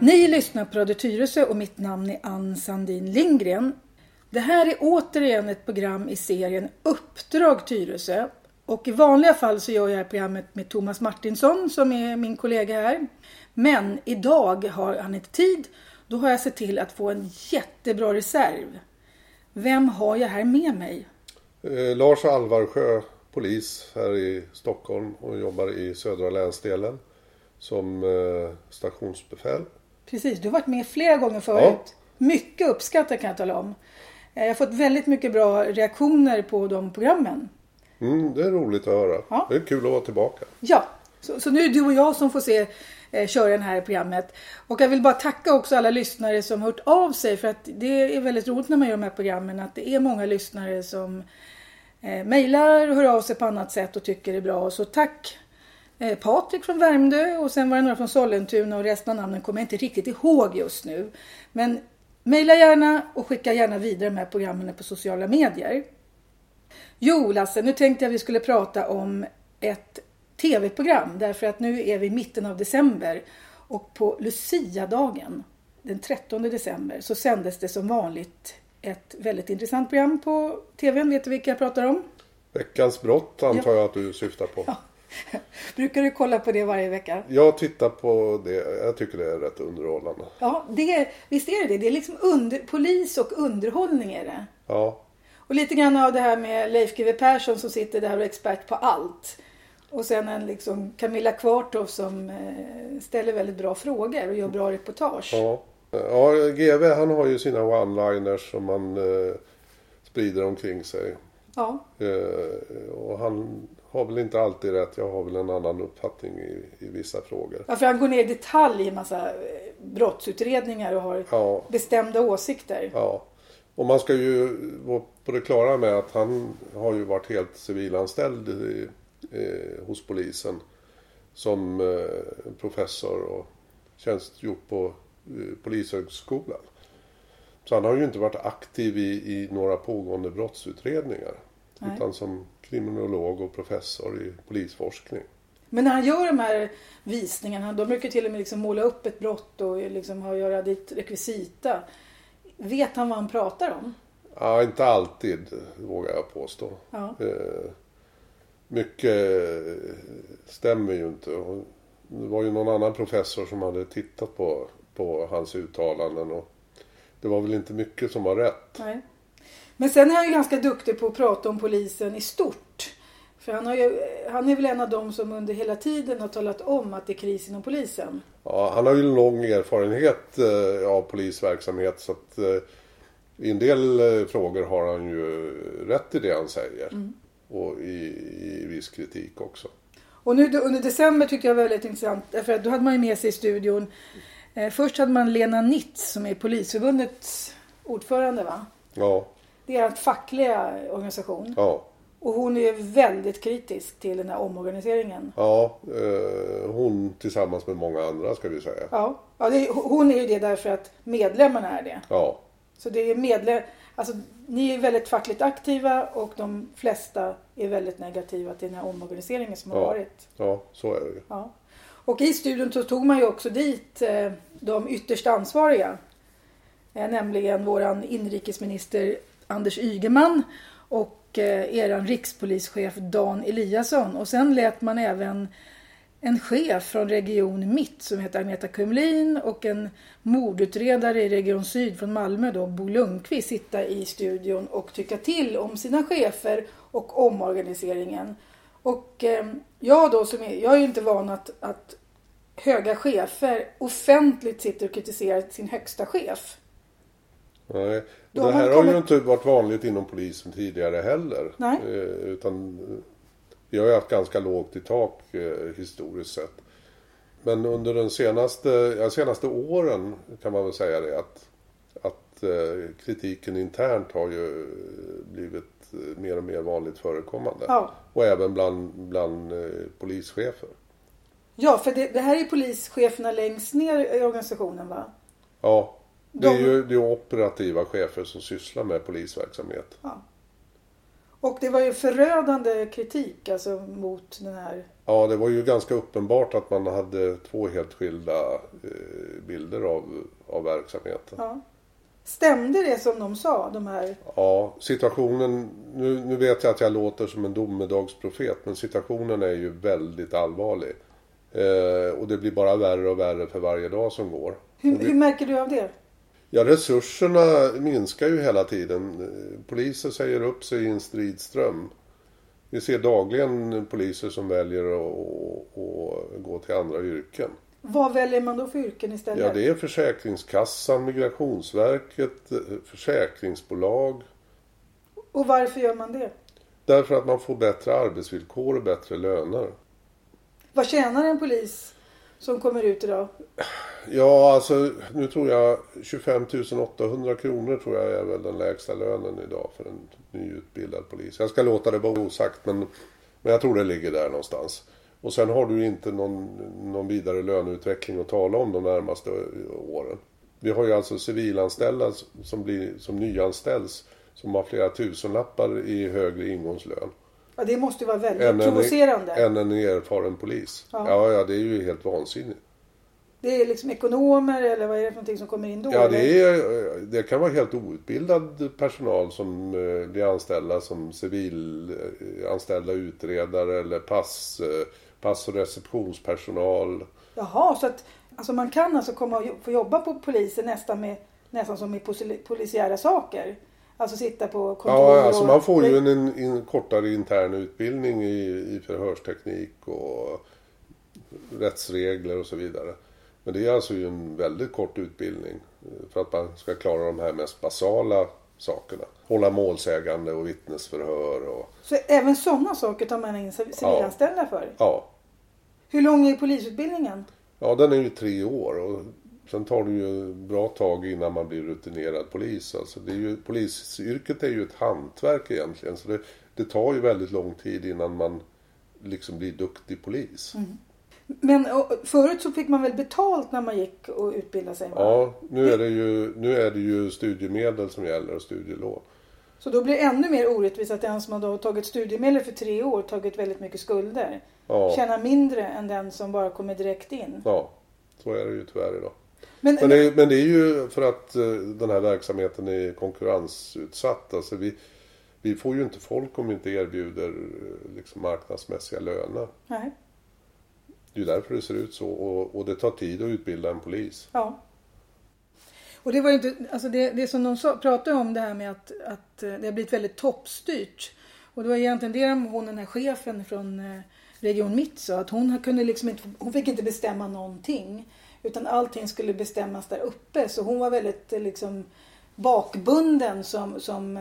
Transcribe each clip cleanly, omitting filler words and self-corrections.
Ni lyssnar på Radio Tyresö och mitt namn är Ann Sandin Lindgren. Det här är återigen ett program i serien Uppdrag Tyresö. Och i vanliga fall så gör jag det här programmet med Thomas Martinsson som är min kollega här. Men idag har han inte tid. Då har jag sett till att få en jättebra reserv. Vem har jag här med mig? Lars Alvarsjö, polis här i Stockholm och jobbar i södra länsdelen som stationsbefäl. Precis, du har varit med flera gånger förut. Ja. Mycket uppskattat kan jag tala om. Jag har fått väldigt mycket bra reaktioner på de programmen. Det är roligt att höra. Ja. Det är kul att vara tillbaka. Ja, så nu är det du och jag som får köra det här programmet. Och jag vill bara tacka också alla lyssnare som har hört av sig. För att det är väldigt roligt när man gör de här programmen. Att det är många lyssnare som mejlar och hör av sig på annat sätt och tycker det är bra. Så tack Patrik från Värmdö och sen var det några från Sollentuna och resten av namnen kommer jag inte riktigt ihåg just nu. Men mejla gärna och skicka gärna vidare de här programmen på sociala medier. Jo Lasse, nu tänkte jag att vi skulle prata om ett tv-program därför att nu är vi i mitten av december och på Lucia-dagen den 13 december så sändes det som vanligt ett väldigt intressant program på tvn. Vet du vilka jag pratar om? Veckans brott antar jag att du syftar på. Ja. Brukar du kolla på det varje vecka? Jag tittar på det. Jag tycker det är rätt underhållande. Ja, visst är det. Det är liksom polis och underhållning är det. Ja. Och lite grann av det här med Leif GW Persson som sitter där och är expert på allt. Och sen en liksom Camilla Kvartoff som ställer väldigt bra frågor och gör bra reportage. Ja, GW han har ju sina one-liners som man sprider omkring sig. Ja. Och han har väl inte alltid rätt. Jag har väl en annan uppfattning i vissa frågor. Ja, för han går ner i detalj i en massa brottsutredningar och har bestämda åsikter. Ja. Och man ska ju vara på det klara med att han har ju varit helt civilanställd hos polisen som professor och tjänstgjort på polishögskolan. Så han har ju inte varit aktiv i några pågående brottsutredningar. Nej. Utan som kriminolog och professor i polisforskning. Men när han gör de här visningarna, de brukar till och med liksom måla upp ett brott och liksom göra dit rekvisita. Vet han vad han pratar om? Ja, inte alltid vågar jag påstå. Ja. Mycket stämmer ju inte. Det var ju någon annan professor som hade tittat på hans uttalanden och det var väl inte mycket som var rätt. Nej. Men sen är han ju ganska duktig på att prata om polisen i stort. För han är väl en av dem som under hela tiden har talat om att det är kris inom polisen. Ja, han har ju en lång erfarenhet av polisverksamhet så att i en del frågor har han ju rätt i det han säger. Och i viss kritik också. Och nu under december tycker jag var väldigt intressant. Därför att då hade man ju med sig i studion. Först hade man Lena Nitz som är Polisförbundets ordförande va? Ja. Det är en fackliga organisation. Ja. Och hon är väldigt kritisk till den här omorganiseringen. Ja, hon tillsammans med många andra ska vi säga. Ja hon är ju det därför att medlemmarna är det. Ja. Så det är alltså ni är väldigt fackligt aktiva och de flesta är väldigt negativa till den här omorganiseringen som har varit. Ja, så är det ju. Ja. Och i studion tog man ju också dit de ytterst ansvariga. Nämligen våran inrikesminister Anders Ygeman och eran rikspolischef Dan Eliasson. Och sen lät man även en chef från region Mitt som heter Agneta Kumlin och en mordutredare i region Syd från Malmö då, Bo Lundqvist, sitta i studion och tycka till om sina chefer och omorganiseringen. Och jag är ju inte van att höga chefer offentligt sitter och kritiserar sin högsta chef. Nej, det här har ju inte varit vanligt inom polisen tidigare heller. Nej. Utan vi har ju haft ganska lågt i tak historiskt sett. Men under de senaste åren kan man väl säga det att kritiken internt har ju blivit mer och mer vanligt förekommande. Ja. Och även bland polischefer. Ja, för det här är polischeferna längst ner i organisationen va? Ja, det är ju operativa chefer som sysslar med polisverksamhet. Ja. Och det var ju förödande kritik alltså mot den här... Ja, det var ju ganska uppenbart att man hade två helt skilda bilder av verksamheten. Ja. Stämde det som de sa, de här... Ja, situationen... Nu vet jag att jag låter som en domedagsprofet, men situationen är ju väldigt allvarlig. Och det blir bara värre och värre för varje dag som går. Hur märker du av det? Ja, resurserna minskar ju hela tiden. Poliser säger upp sig i en stridström. Vi ser dagligen poliser som väljer att gå till andra yrken. Vad väljer man då för yrken istället? Ja, det är Försäkringskassan, Migrationsverket, försäkringsbolag. Och varför gör man det? Därför att man får bättre arbetsvillkor och bättre löner. Vad tjänar en polis som kommer ut idag? Ja, alltså nu tror jag 25 800 kronor tror jag är väl den lägsta lönen idag för en nyutbildad polis. Jag ska låta det vara osagt, men jag tror det ligger där någonstans. Och sen har du inte någon vidare löneutveckling att tala om de närmaste åren. Vi har ju alltså civilanställda som nyanställs som har flera tusenlappar i högre ingångslön. Ja, det måste ju vara väldigt provocerande. Än en erfaren polis. Ja, det är ju helt vansinnigt. Det är liksom ekonomer eller vad är det för någonting som kommer in då? Ja, det kan vara helt outbildad personal som blir anställda som civilanställda utredare eller pass- och receptionspersonal. Jaha, så att alltså man kan alltså komma och få jobba på polisen nästan som i polisiära saker. Alltså sitta på kontor. Ja, alltså man får ju en kortare intern utbildning i förhörsteknik och rättsregler och så vidare. Men det är alltså ju en väldigt kort utbildning för att man ska klara de här mest basala sakerna. Hålla målsägande och vittnesförhör. Så även sådana saker tar man in civilanställda för? Ja. Hur lång är polisutbildningen? Ja, den är ju 3 år och sen tar det ju bra tag innan man blir rutinerad polis. Alltså polisyrket är ju ett hantverk egentligen, så det tar ju väldigt lång tid innan man liksom blir duktig polis. Mm. Men förut så fick man väl betalt när man gick och utbildade sig? Va? Ja, nu är det ju studiemedel som gäller och studielån. Så då blir det ännu mer orättvist att den som har tagit studiemedel för 3 år tagit väldigt mycket skulder. Ja. Tjänar mindre än den som bara kommer direkt in. Ja, så är det ju tyvärr idag. Men det är ju för att den här verksamheten är konkurrensutsatt. Alltså vi får ju inte folk om vi inte erbjuder liksom marknadsmässiga löner. Nej. Det är ju därför det ser ut så. Och det tar tid att utbilda en polis. Ja. Och det var ju inte, alltså det som de pratade om det här med att det har blivit väldigt toppstyrt. Och det var egentligen det den här chefen från Region Mitt sa. Att hon fick inte bestämma någonting. Utan allting skulle bestämmas där uppe. Så hon var väldigt liksom bakbunden som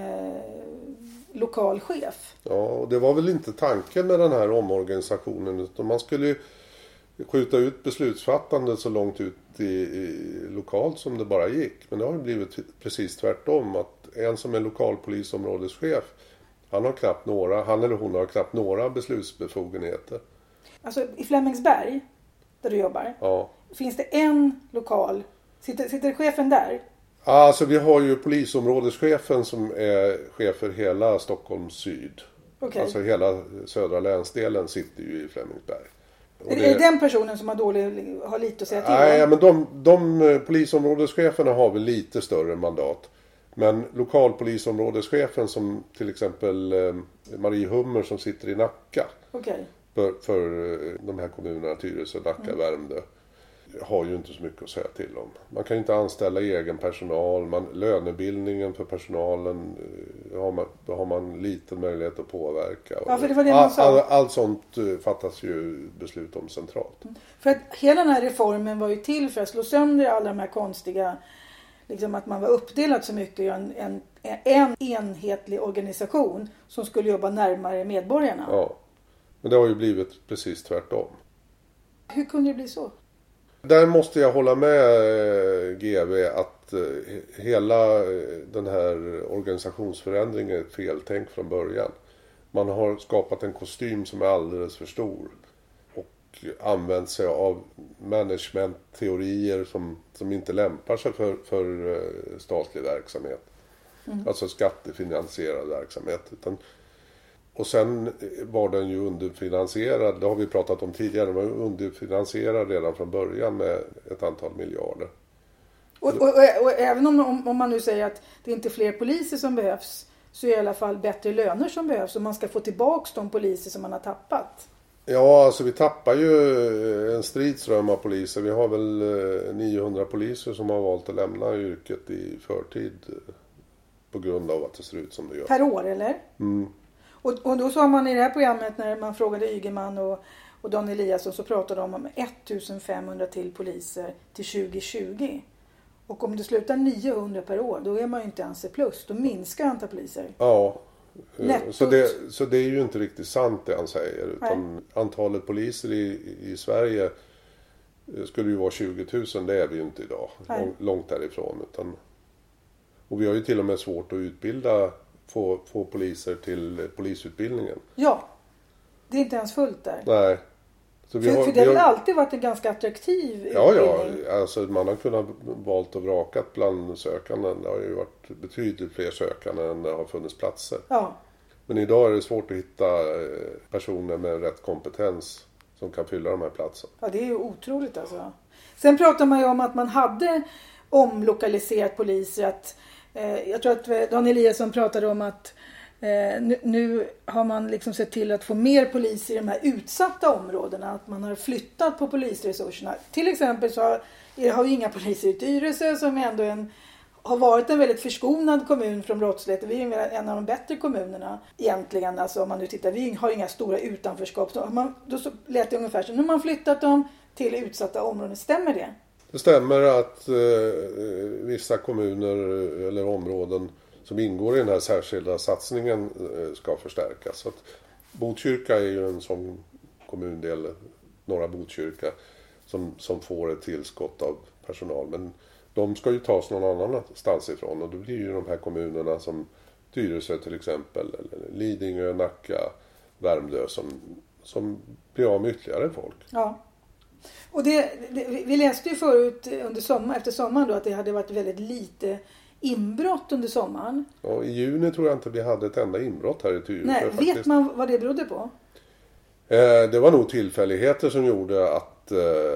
lokal chef. Ja, och det var väl inte tanken med den här omorganisationen. Utan man skulle skjuta ut beslutsfattandet så långt ut i lokalt som det bara gick. Men det har ju blivit precis tvärtom. Att en som är lokalpolisområdeschef, han eller hon har knappt några beslutsbefogenheter. Alltså i Flemingsberg, där du jobbar, finns det en lokal. Sitter chefen där? Alltså vi har ju polisområdeschefen som är chef för hela Stockholms syd. Okay. Alltså hela södra länsdelen sitter ju i Flemingsberg. Är det den personen som har lite att säga till om? Nej, men de polisområdescheferna har väl lite större mandat. Men lokalpolisområdeschefen som till exempel Marie Hummer som sitter i Nacka. Okay. För de här kommunerna Tyresö, Nacka, Värmdö har ju inte så mycket att säga till om. Man kan ju inte anställa egen personal. Lönebildningen för personalen har man liten möjlighet att påverka. Ja, för det var det man sa. Allt sånt fattas ju beslut om centralt. För att hela den här reformen var ju till för att slå sönder alla de här konstiga, liksom att man var uppdelat så mycket i en enhetlig organisation som skulle jobba närmare medborgarna. Ja, men det har ju blivit precis tvärtom. Hur kunde det bli så? Där måste jag hålla med GV att hela den här organisationsförändringen är ett feltänk från början. Man har skapat en kostym som är alldeles för stor och använt sig av managementteorier som inte lämpar sig för statlig verksamhet. Alltså skattefinansierad verksamhet. Utan Och sen var den ju underfinansierad, det har vi pratat om tidigare, den var underfinansierad redan från början med ett antal miljarder. Och även om man nu säger att det inte är fler poliser som behövs, så är det i alla fall bättre löner som behövs om man ska få tillbaka de poliser som man har tappat. Ja, alltså vi tappar ju en stridsröm av poliser. Vi har väl 900 poliser som har valt att lämna yrket i förtid på grund av att det ser ut som det gör. Per år, eller? Mm. Och då sa man i det här programmet, när man frågade Ygeman och Dan Eliasson, så pratade de om 1500 till poliser till 2020. Och om det slutar 900 per år, då är man ju inte ens i plus. Då minskar antal poliser. Ja, Nettot. så det är ju inte riktigt sant det han säger. Utan antalet poliser i Sverige skulle ju vara 20 000, det är vi ju inte idag. Långt därifrån. Och vi har ju till och med svårt att utbilda, få poliser till polisutbildningen. Ja, det är inte ens fullt där. Nej. Så för det har väl alltid varit en ganska attraktiv utbildning? Ja, alltså man har kunnat valt och vrakat bland sökanden. Det har ju varit betydligt fler sökande än det har funnits platser. Ja. Men idag är det svårt att hitta personer med rätt kompetens som kan fylla de här platserna. Ja, det är ju otroligt alltså. Sen pratar man ju om att man hade omlokaliserat poliser. Att, jag tror att Dan Eliasson pratade om att nu har man liksom sett till att få mer poliser i de här utsatta områdena. Att man har flyttat på polisresurserna. Till exempel så har vi inga poliser i Tyresö, som ändå har varit en väldigt förskonad kommun från brottslighet. Vi är en av de bättre kommunerna egentligen. Alltså om man nu tittar, vi har inga stora utanförskap. Då så lät det ungefär som nu har man flyttat dem till utsatta områden. Stämmer det? Det stämmer att vissa kommuner eller områden som ingår i den här särskilda satsningen ska förstärkas. Så att Botkyrka är ju en sån kommundel, norra Botkyrka, som får ett tillskott av personal. Men de ska ju tas någon annanstans ifrån, och då blir ju de här kommunerna som Tyresö till exempel, eller Lidingö, Nacka, Värmdö som blir av med ytterligare folk. Ja. Och vi läste ju förut efter sommaren då att det hade varit väldigt lite inbrott under sommaren. Ja, i juni tror jag inte vi hade ett enda inbrott här i Tyresö. Nej, faktiskt. Vet man vad det berodde på? Det var nog tillfälligheter som gjorde att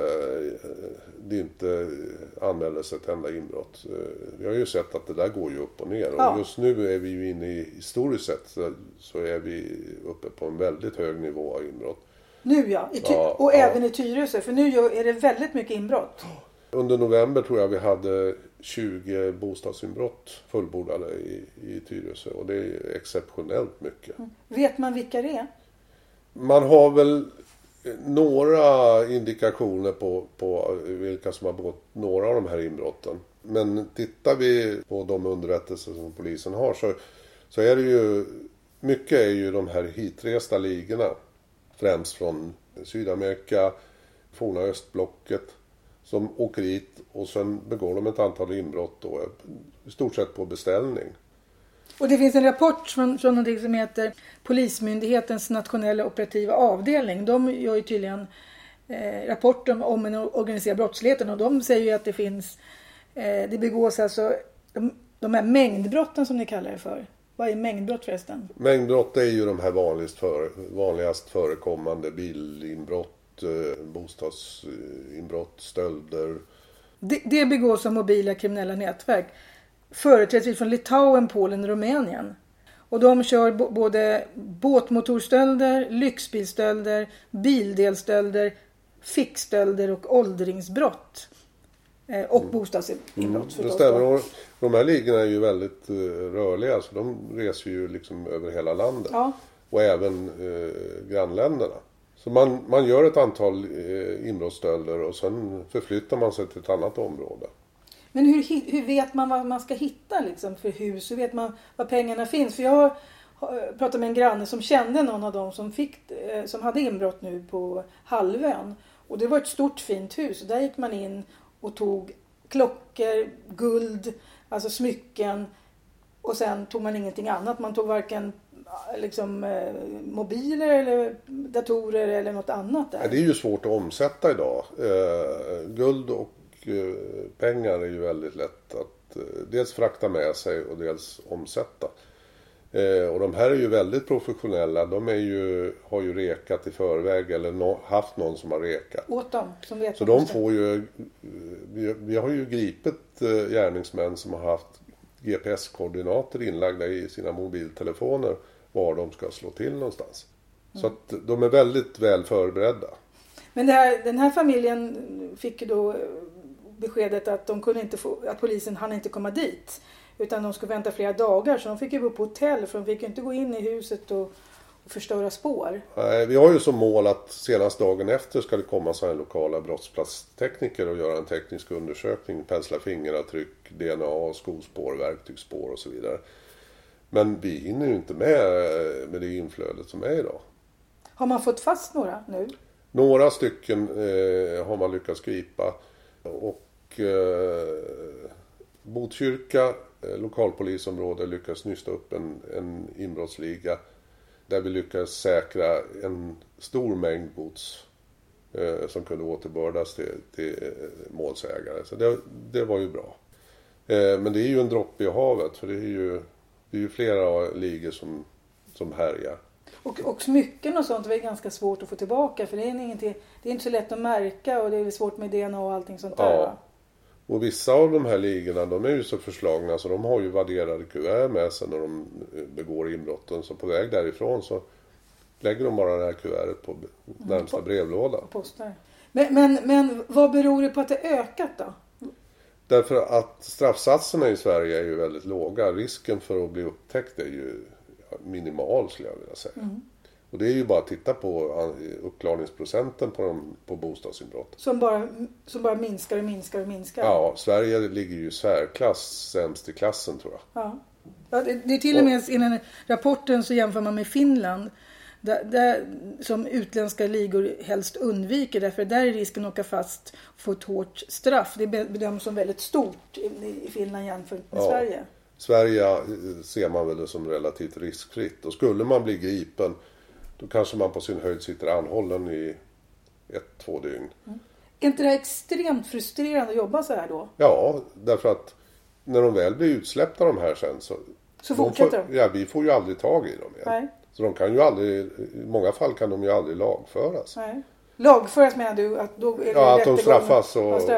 det inte anmäldes ett enda inbrott. Vi har ju sett att det där går ju upp och ner. Ja. Och just nu är vi ju inne i, historiskt sett så är vi uppe på en väldigt hög nivå av inbrott. Nu ja, och även i Tyresö, för nu är det väldigt mycket inbrott. Under november tror jag vi hade 20 bostadsinbrott fullbordade i Tyresö, och det är exceptionellt mycket. Vet man vilka det är? Man har väl några indikationer på vilka som har begått några av de här inbrotten. Men tittar vi på de underrättelser som polisen har så är det ju, mycket är ju de här hitresta ligorna. Främst från Sydamerika, forna östblocket, som åker hit och sen begår de ett antal inbrott då, i stort sett på beställning. Och det finns en rapport från något som heter Polismyndighetens nationella operativa avdelning. De gör ju tydligen rapporter om den organiserade brottsligheten, och de säger ju att det begås alltså de här mängdbrotten som ni kallar det för. Vad är mängdbrott förresten? Mängdbrott är ju de här vanligast förekommande bilinbrott, bostadsinbrott, stölder. Det begås av mobila kriminella nätverk. Företrädesvis från Litauen, Polen och Rumänien. Och de kör både båtmotorstölder, lyxbilstölder, bildelstölder, fickstölder och åldringsbrott. Och bostadsinbrott. Det stämmer. De här ligorna är ju väldigt rörliga, så de reser ju liksom över hela landet. Ja. Och även grannländerna. Så man gör ett antal inbrottsstölder och sen förflyttar man sig till ett annat område. Men hur vet man vad man ska hitta liksom för hus? Hur vet man var pengarna finns? För jag pratade med en granne som kände någon av dem som hade inbrott nu på Halvön. Och det var ett stort fint hus. Och där gick man in och tog klockor, guld, alltså smycken. Och sen tog man ingenting annat. Man tog varken mobiler eller datorer eller något annat där. Ja, det är ju svårt att omsätta idag. Guld och pengar är ju väldigt lätt att dels frakta med sig och dels omsätta. Och de här är ju väldigt professionella. De har ju rekat i förväg eller haft någon som har rekat. Åt dem som vet. Så de får ju, vi har ju gripit gärningsmän som har haft GPS-koordinater inlagda i sina mobiltelefoner var de ska slå till någonstans. Så att de är väldigt väl förberedda. Men den här familjen fick ju då beskedet att de kunde inte att polisen hann inte komma dit. Utan de skulle vänta flera dagar, så de fick ju bo på hotell för de fick ju inte gå in i huset och förstöra spår. Nej, vi har ju som mål att senast dagen efter ska det komma så här lokala brottsplatstekniker och göra en teknisk undersökning, pensla fingeravtryck, DNA, skospår, verktygsspår och så vidare. Men vi hinner ju inte med det inflödet som är idag. Har man fått fast några nu? Några stycken har man lyckats gripa och Botkyrka lokalpolisområde lyckas nysta upp en inbrottsliga där vi lyckas säkra en stor mängd gods som kunde återbördas till målsägare. Så det var ju bra. Men det är ju en droppe i havet, för det är ju flera ligor som härjar. Och smycken och sånt är ganska svårt att få tillbaka, för det är inte så lätt att märka och det är svårt med DNA och allting sånt där. Ja. Och vissa av de här ligorna, de är ju så förslagna så de har ju värderade kuvert med sig när de begår inbrotten. Så på väg därifrån så lägger de bara det här kuvertet på närmsta brevlåda. Postar. Men vad beror det på att det ökat då? Därför att straffsatserna i Sverige är ju väldigt låga. Risken för att bli upptäckt är ju minimal, skulle jag vilja säga. Mm. Och det är ju bara att titta på uppklarningsprocenten på bostadsinbrott. Som bara minskar och minskar och minskar. Ja, Sverige ligger ju särklass sämst i klassen, tror jag. Ja, det är till och med i den rapporten så jämför man med Finland. Där, som utländska ligor helst undviker, därför där är risken att åka fast och få ett hårt straff. Det bedöms som väldigt stort i Finland jämfört med Sverige. Sverige ser man väl som relativt riskfritt. Och skulle man bli gripen, då kanske man på sin höjd sitter anhållen i 1-2 dygn. Mm. Är inte det extremt frustrerande att jobba så här då? Ja, därför att när de väl blir utsläppta de här sen så fortsätter de? Ja, vi får ju aldrig tag i dem igen. Nej. Så de kan ju aldrig, i många fall kan de ju aldrig lagföras. Nej. Lagföras menar du? Att då är det att de straffas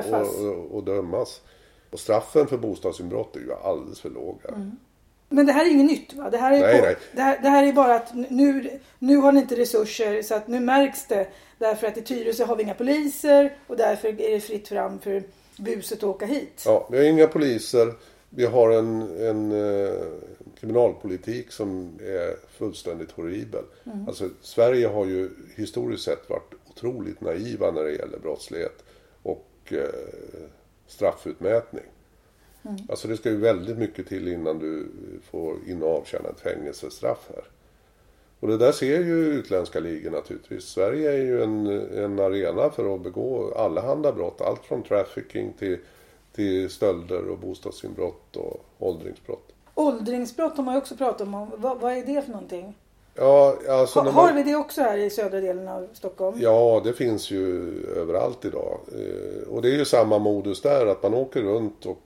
och dömas. Och straffen för bostadsinbrott är ju alldeles för låga. Mm. Men det här är inget nytt, va? Det här är nej. Det här är bara att nu har ni inte resurser, så att nu märks det. Därför att i Tyresö har vi inga poliser och därför är det fritt fram för buset att åka hit. Ja, vi har inga poliser. Vi har en kriminalpolitik som är fullständigt horribel. Mm. Alltså, Sverige har ju historiskt sett varit otroligt naiva när det gäller brottslighet och straffutmätning. Mm. Alltså det ska ju väldigt mycket till innan du får in och avtjäna ett fängelsestraff här. Och det där ser ju utländska ligor naturligtvis. Sverige är ju en arena för att begå allehanda brott. Allt från trafficking till stölder och bostadsinbrott och åldringsbrott. Åldringsbrott har man ju också pratat om. Vad är det för någonting? Ja, alltså har vi det också här i södra delen av Stockholm? Ja, det finns ju överallt idag. Och det är ju samma modus där, att man åker runt och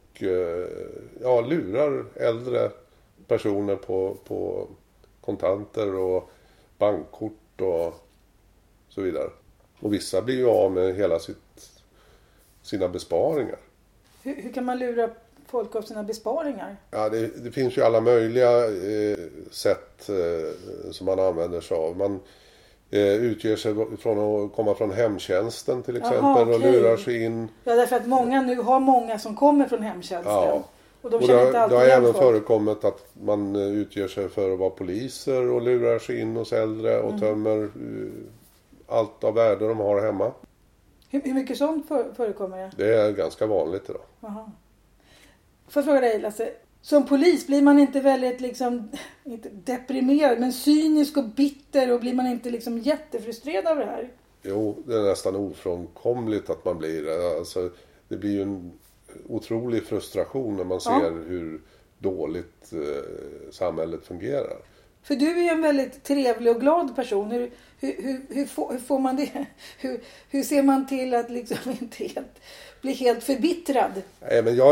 lurar äldre personer på kontanter och bankkort och så vidare. Och vissa blir ju av med hela sina besparingar. Hur kan man lura folk av sina besparingar? Ja, det finns ju alla möjliga sätt som man använder sig av. Man utger sig från att komma från hemtjänsten till exempel och lurar sig in. Ja, därför att många som kommer från hemtjänsten. Ja. Och de känner inte alltid det har även förekommit att man utger sig för att vara poliser och lurar sig in hos äldre och tömmer allt av värde de har hemma. Hur mycket sånt förekommer det? Det är ganska vanligt idag. Aha. Får jag fråga dig, Lasse? Som polis blir man inte väldigt inte deprimerad, men cynisk och bitter, och blir man inte jättefrustrerad av det här? Jo, det är nästan ofrånkomligt att man blir det. Alltså, det blir ju en otrolig frustration när man ser hur dåligt samhället fungerar. För du är ju en väldigt trevlig och glad person. Hur får man det? Hur ser man till att inte bli helt förbittrad? Nej, men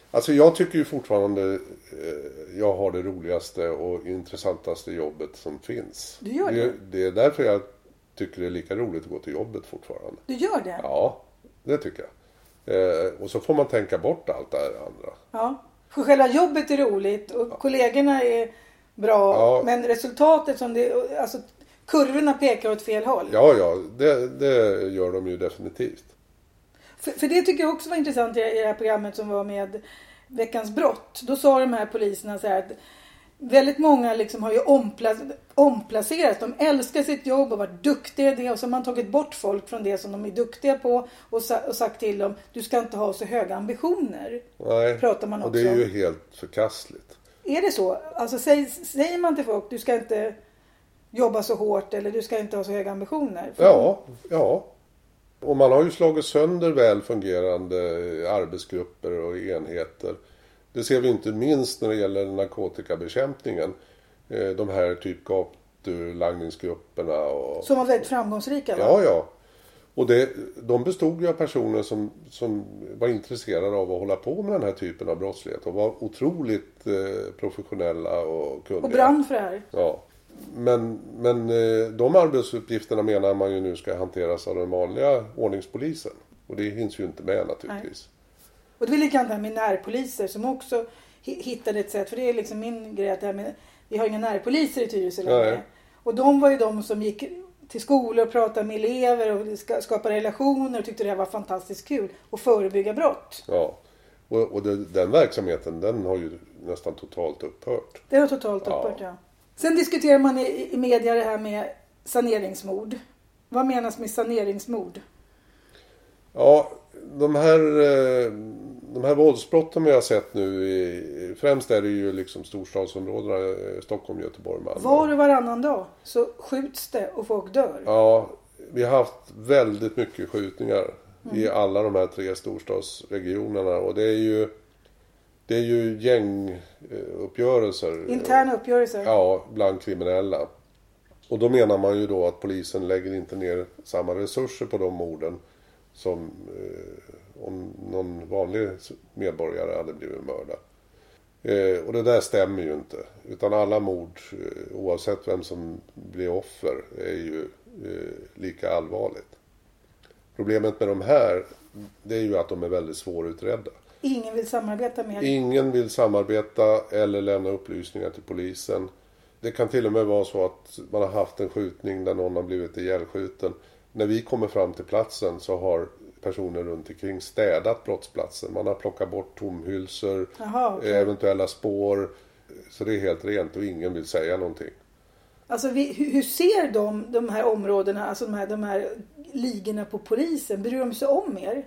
Alltså jag tycker ju fortfarande jag har det roligaste och intressantaste jobbet som finns. Du gör det? Det är därför jag tycker det är lika roligt att gå till jobbet fortfarande. Du gör det? Ja, det tycker jag. Och så får man tänka bort allt det här andra. Ja, för själva jobbet är roligt och kollegorna är bra. Ja. Men resultatet som det, alltså kurvorna pekar åt fel håll. Ja, det gör de ju definitivt. För det tycker jag också var intressant i det här programmet som var med Veckans brott. Då sa de här poliserna så här att väldigt många liksom har ju omplacerats. De älskar sitt jobb och varit duktiga i det. Och så har man tagit bort folk från det som de är duktiga på. Och sagt till dem, du ska inte ha så höga ambitioner. Nej, pratar man också och det är ju helt förkastligt. Är det så? Alltså säger man till folk, du ska inte jobba så hårt eller du ska inte ha så höga ambitioner? Ja. Och man har ju slagit sönder väl fungerande arbetsgrupper och enheter. Det ser vi inte minst när det gäller narkotikabekämpningen. De här typ gatulangningsgrupperna. Som var väldigt framgångsrika, va? Ja. Och de bestod ju av personer som var intresserade av att hålla på med den här typen av brottslighet. Och var otroligt professionella och kunniga. Och brann för det här. Ja. Men de arbetsuppgifterna menar man ju nu ska hanteras av den vanliga ordningspolisen. Och det hinns ju inte med naturligtvis. Nej. Och det är likadant här med närpoliser som också hittade ett sätt. För det är liksom min grej att vi har inga närpoliser i Tyresö längre. Och de var ju de som gick till skolor och pratade med elever och skapade relationer och tyckte det här var fantastiskt kul. Och förebygga brott. Ja. Och den verksamheten, den har ju nästan totalt upphört. Det har totalt upphört, ja. Sen diskuterar man i media det här med saneringsmord. Vad menas med saneringsmord? Ja, de här våldsbrotten vi har sett nu, främst är det ju liksom storstadsområdena, Stockholm, Göteborg, Malmö. Var och varannan dag så skjuts det och folk dör. Ja, vi har haft väldigt mycket skjutningar i alla de här 3 storstadsregionerna. Och det är ju gänguppgörelser. Interna uppgörelser. Ja, bland kriminella. Och då menar man ju då att polisen lägger inte ner samma resurser på de morden som om någon vanlig medborgare hade blivit mördad. Och det där stämmer ju inte. Utan alla mord, oavsett vem som blir offer, är ju lika allvarligt. Problemet med de här, det är ju att de är väldigt svårutredda. Ingen vill samarbeta med. Ingen vill samarbeta eller lämna upplysningar till polisen. Det kan till och med vara så att man har haft en skjutning där någon har blivit ihjälskjuten. När vi kommer fram till platsen så har personer runt omkring städat brottsplatsen. Man har plockat bort tomhylsor, eventuella spår. Så det är helt rent och ingen vill säga någonting. Alltså hur ser de här områdena, alltså de här ligorna på polisen? Bryr de sig om er?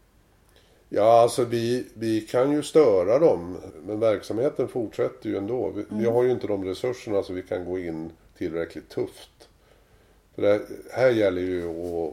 Ja, alltså vi kan ju störa dem, men verksamheten fortsätter ju ändå. Vi har ju inte de resurserna så vi kan gå in tillräckligt tufft. För det här gäller ju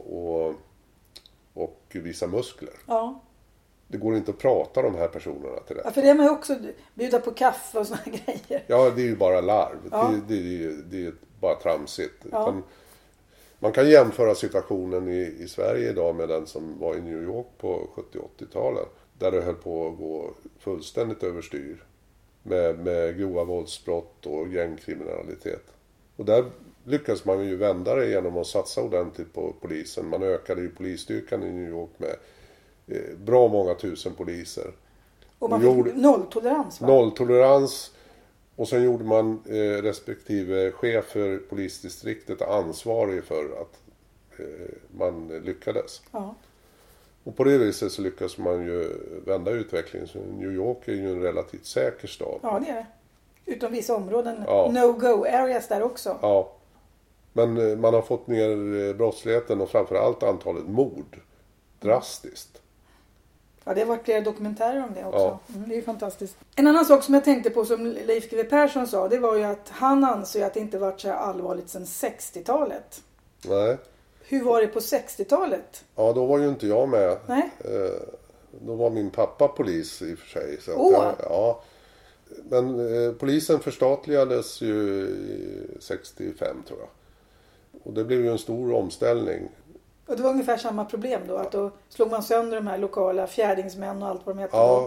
att visa muskler. Ja. Det går inte att prata de här personerna till det. Ja, för det är man ju också bjuda på kaffe och såna grejer. Ja, det är ju bara larv. Ja. Det är bara tramsigt. Ja. Man kan jämföra situationen i Sverige idag med den som var i New York på 70-80-talet. Där det höll på att gå fullständigt överstyr. Med grova våldsbrott och gängkriminalitet. Och där lyckas man ju vända det genom att satsa ordentligt på polisen. Man ökade ju polisstyrkan i New York med bra många tusen poliser. Och man fick nolltolerans, va? Nolltolerans. Och sen gjorde man respektive chef för polisdistriktet ansvarig för att man lyckades. Ja. Och på det viset så lyckas man ju vända utvecklingen. Så New York är ju en relativt säker stad. Ja, det är det. Utom vissa områden. Ja. No-go areas där också. Ja. Men man har fått ner brottsligheten och framförallt antalet mord drastiskt. Ja, det har varit flera dokumentärer om det också. Ja. Det är ju fantastiskt. En annan sak som jag tänkte på som Leif GW Persson sa, det var ju att han anser att det inte varit så allvarligt sedan 60-talet. Nej. Hur var det på 60-talet? Ja, då var ju inte jag med. Nej. Då var min pappa polis i och för sig. Så ja. Men polisen förstatligades ju 65 tror jag. Och det blev ju en stor omställning. Och det var ungefär samma problem då? Att då slog man sönder de här lokala fjärdingsmän och allt vad de heter? Ja,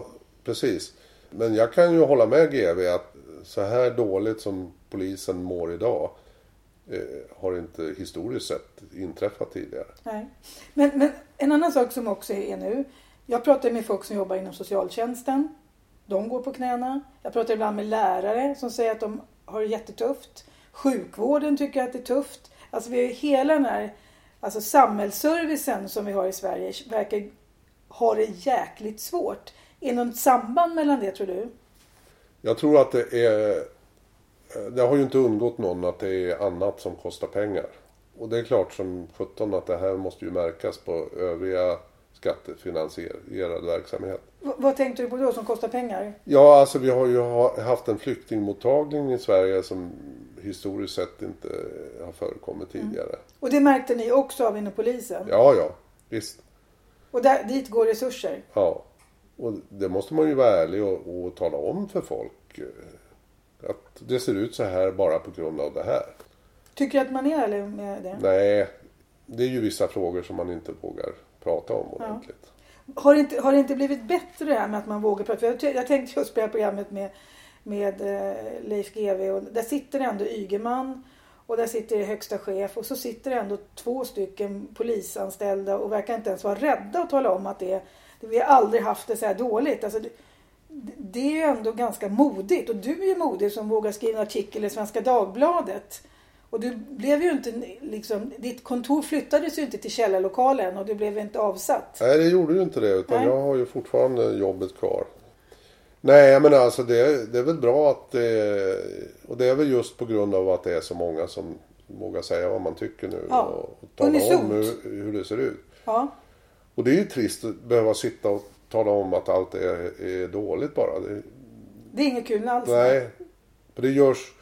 Precis. Men jag kan ju hålla med GV att så här dåligt som polisen mår idag har inte historiskt sett inträffat tidigare. Nej. Men en annan sak som också är nu. Jag pratar med folk som jobbar inom socialtjänsten. De går på knäna. Jag pratar ibland med lärare som säger att de har det jättetufft. Sjukvården tycker att det är tufft. Alltså vi har hela den här samhällsservicen som vi har i Sverige verkar ha det jäkligt svårt. Är det något samband mellan det, tror du? Jag tror att det har ju inte undgått någon att det är annat som kostar pengar. Och det är klart som 17 att det här måste ju märkas på övriga skattefinansierad verksamhet. Vad tänkte du på då som kostar pengar? Ja, alltså vi har ju haft en flyktingmottagning i Sverige som historiskt sett inte har förekommit tidigare. Och det märkte ni också av inom polisen? Ja, visst. Och dit går resurser? Ja, och det måste man ju vara ärlig och tala om för folk. Att det ser ut så här bara på grund av det här. Tycker du att man är ärlig med det? Nej, det är ju vissa frågor som man inte vågar prata om ordentligt. Ja. Har det inte blivit bättre det här med att man vågar prata? Jag tänkte just på det här programmet med Leif GW. Och där sitter ändå Ygeman och där sitter högsta chef. Och så sitter ändå 2 stycken polisanställda och verkar inte ens vara rädda att tala om att vi har aldrig haft det så här dåligt. Alltså, det är ju ändå ganska modigt. Och du är ju modig som vågar skriva en artikel i Svenska Dagbladet. Och du blev ju inte ditt kontor flyttades ju inte till källarlokalen och du blev inte avsatt. Nej, det gjorde ju inte det, utan jag har ju fortfarande jobbet kvar. Nej, men alltså det är väl bra att och det är väl just på grund av att det är så många som vågar säga vad man tycker nu och tala om hur det ser ut. Ja. Och det är ju trist att behöva sitta och tala om att allt är dåligt bara. Det är inget kul alls. Nej, för det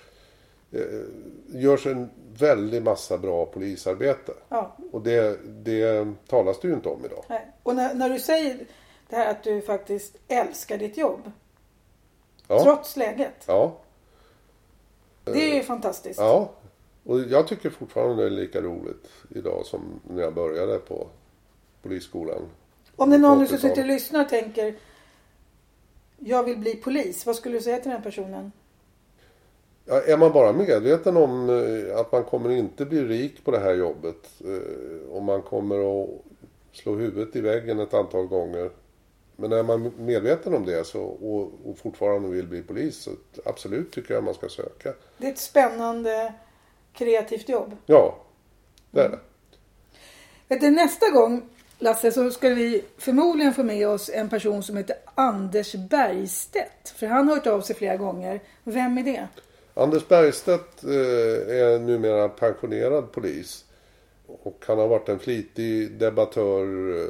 görs en väldig massa bra polisarbete. Ja. Och det talas det ju inte om idag. Nej. Och när du säger det här att du faktiskt älskar ditt jobb. Ja. Trots läget. Ja. Det är ju fantastiskt. Ja. Och jag tycker fortfarande det är lika roligt idag som när jag började på polisskolan. Om det är någon som sitter och lyssnar och tänker jag vill bli polis. Vad skulle du säga till den personen? Ja, är man bara medveten om att man kommer inte bli rik på det här jobbet. Och man kommer att slå huvudet i väggen ett antal gånger. Men är man medveten om det och fortfarande vill bli polis, så absolut tycker jag man ska söka. Det är ett spännande, kreativt jobb. Ja, det är det. Vet du, nästa gång, Lasse, så ska vi förmodligen få med oss en person som heter Anders Bergstedt. För han har hört av sig flera gånger. Vem är det? Anders Bergstedt är numera pensionerad polis. Och han har varit en flitig debattör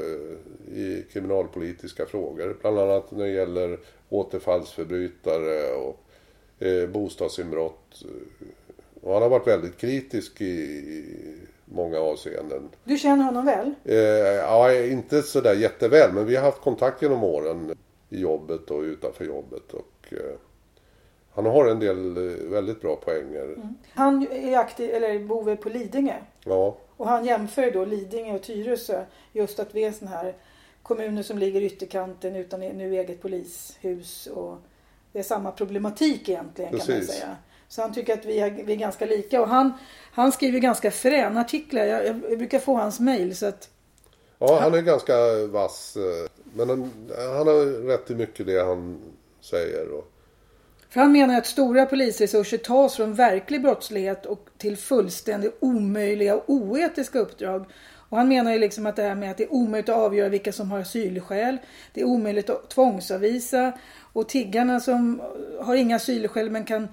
i kriminalpolitiska frågor. Bland annat när det gäller återfallsförbrytare och bostadsinbrott. Och han har varit väldigt kritisk i många avseenden. Du känner honom väl? Ja, inte så där jätteväl. Men vi har haft kontakt genom åren i jobbet och utanför jobbet. Och han har en del väldigt bra poänger. Mm. Han är aktiv, eller bor på Lidingö. Ja. Och han jämför då Lidingö och Tyresö. Just att vi är sån här kommuner som ligger i ytterkanten utan nu eget polishus. Och det är samma problematik egentligen. Precis. Kan man säga. Så han tycker att vi är ganska lika. Och han skriver ganska fräna artiklar. Jag brukar få hans mejl. Så att ja, han är ganska vass. Men han har rätt i mycket det han säger. För han menar att stora polisresurser tas från verklig brottslighet och till fullständigt omöjliga och oetiska uppdrag. Och han menar ju liksom att det här med att det är omöjligt att avgöra vilka som har asylskäl. Det är omöjligt att tvångsavvisa. Och tiggarna som har inga asylskäl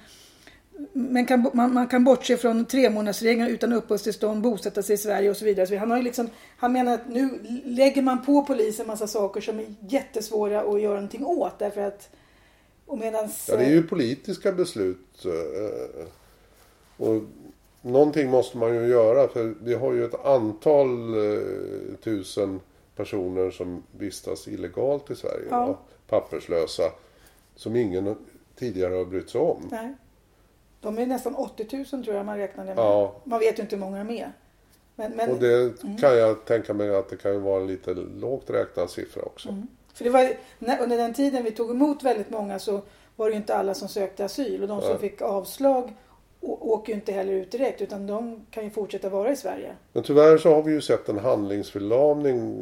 man kan bortse från 3-månadersregeln utan uppehållstillstånd, bosätta sig i Sverige och så vidare. Så han menar att nu lägger man på polisen en massa saker som är jättesvåra att göra någonting åt. Därför att ja, det är ju politiska beslut. Och någonting måste man ju göra. För vi har ju ett antal tusen personer som vistas illegalt i Sverige. Ja. Papperslösa. Som ingen tidigare har brytt sig om. Nej. De är nästan 80 000 tror jag man räknar med. Ja. Man vet ju inte hur många de är. Men, och det kan jag tänka mig att det kan vara en lite lågt räknad siffra också. Mm. För det var, under den tiden vi tog emot väldigt många så var det ju inte alla som sökte asyl. Och de som fick avslag åker ju inte heller ut direkt, utan de kan ju fortsätta vara i Sverige. Men tyvärr så har vi ju sett en handlingsförlamning.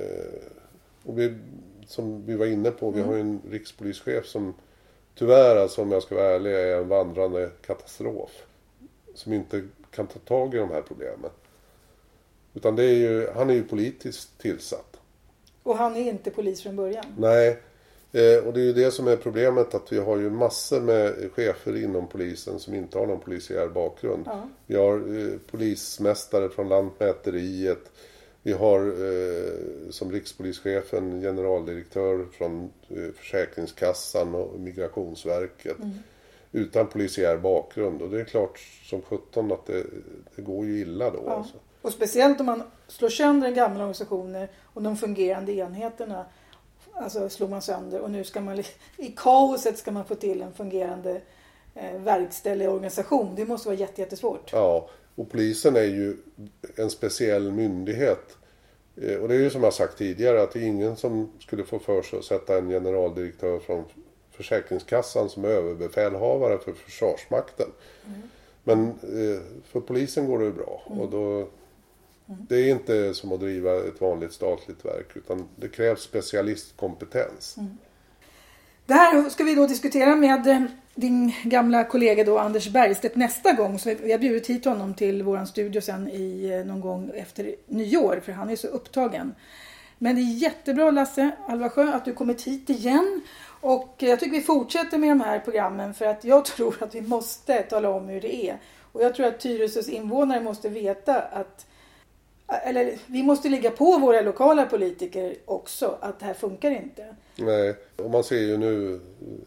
Och som vi var inne på, vi har ju en rikspolischef som tyvärr, alltså, om jag ska vara ärlig, är en vandrande katastrof. Som inte kan ta tag i de här problemen. Utan han är ju politiskt tillsatt. Och han är inte polis från början? Nej, och det är ju det som är problemet, att vi har ju massor med chefer inom polisen som inte har någon polisiär bakgrund. Ja. Vi har polismästare från Lantmäteriet. Vi har som rikspolischefen generaldirektör från Försäkringskassan och Migrationsverket. Utan polisiär bakgrund. Och det är klart som 17 att det går ju illa då. Ja. Alltså. Och speciellt om man slår sönder gamla organisationer och de fungerande enheterna. Alltså slår man sönder och nu ska man i kaoset ska man få till en fungerande verkställig organisation. Det måste vara jättesvårt. Ja, och polisen är ju en speciell myndighet. Och det är ju som jag sagt tidigare, att det är ingen som skulle få för sig att sätta en generaldirektör från Försäkringskassan som är överbefälhavare för Försvarsmakten. Men för polisen går det bra. Och då, det är inte som att driva ett vanligt statligt verk, utan det krävs specialistkompetens. Det här ska vi då diskutera med din gamla kollega då, Anders Bergstedt, nästa gång. Så vi har bjudit hit honom till våran studio sen någon gång efter nyår, för han är så upptagen. Men det är jättebra, Lasse Alvarsjö, att du kommit hit igen. Och jag tycker vi fortsätter med de här programmen, för att jag tror att vi måste tala om hur det är. Och jag tror att Tyresös invånare måste veta att, eller vi måste ligga på våra lokala politiker också, att det här funkar inte. Nej, och man ser ju nu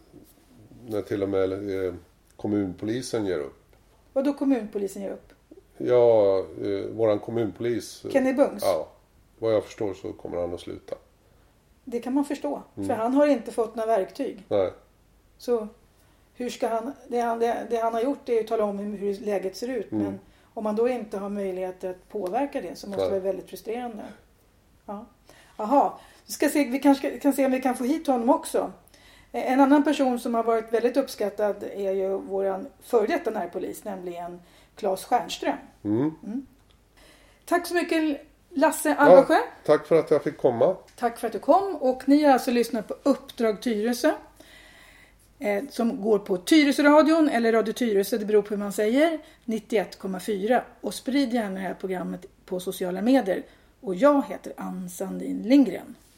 när till och med kommunpolisen ger upp. Vad då kommunpolisen ger upp? Ja, våran kommunpolis. Kenny Bungs? Ja, vad jag förstår så kommer han att sluta. Det kan man förstå, för han har inte fått några verktyg. Nej. Så hur ska han, det han har gjort är att tala om hur läget ser ut. Men om man då inte har möjlighet att påverka det så måste det vara väldigt frustrerande. Ja. Jaha, vi kanske kan se om vi kan få hit honom också. En annan person som har varit väldigt uppskattad är ju våran före detta närpolis, nämligen Claes Stjernström. Tack så mycket, Lasse Alvarsjö. Ja, tack för att jag fick komma. Tack för att du kom, och ni har alltså lyssnat på Uppdrag Tyresö som går på Tyresöradion eller Radio Tyresö, det beror på hur man säger, 91,4, och sprid gärna det här programmet på sociala medier. Och jag heter Ann Sandin Lindgren.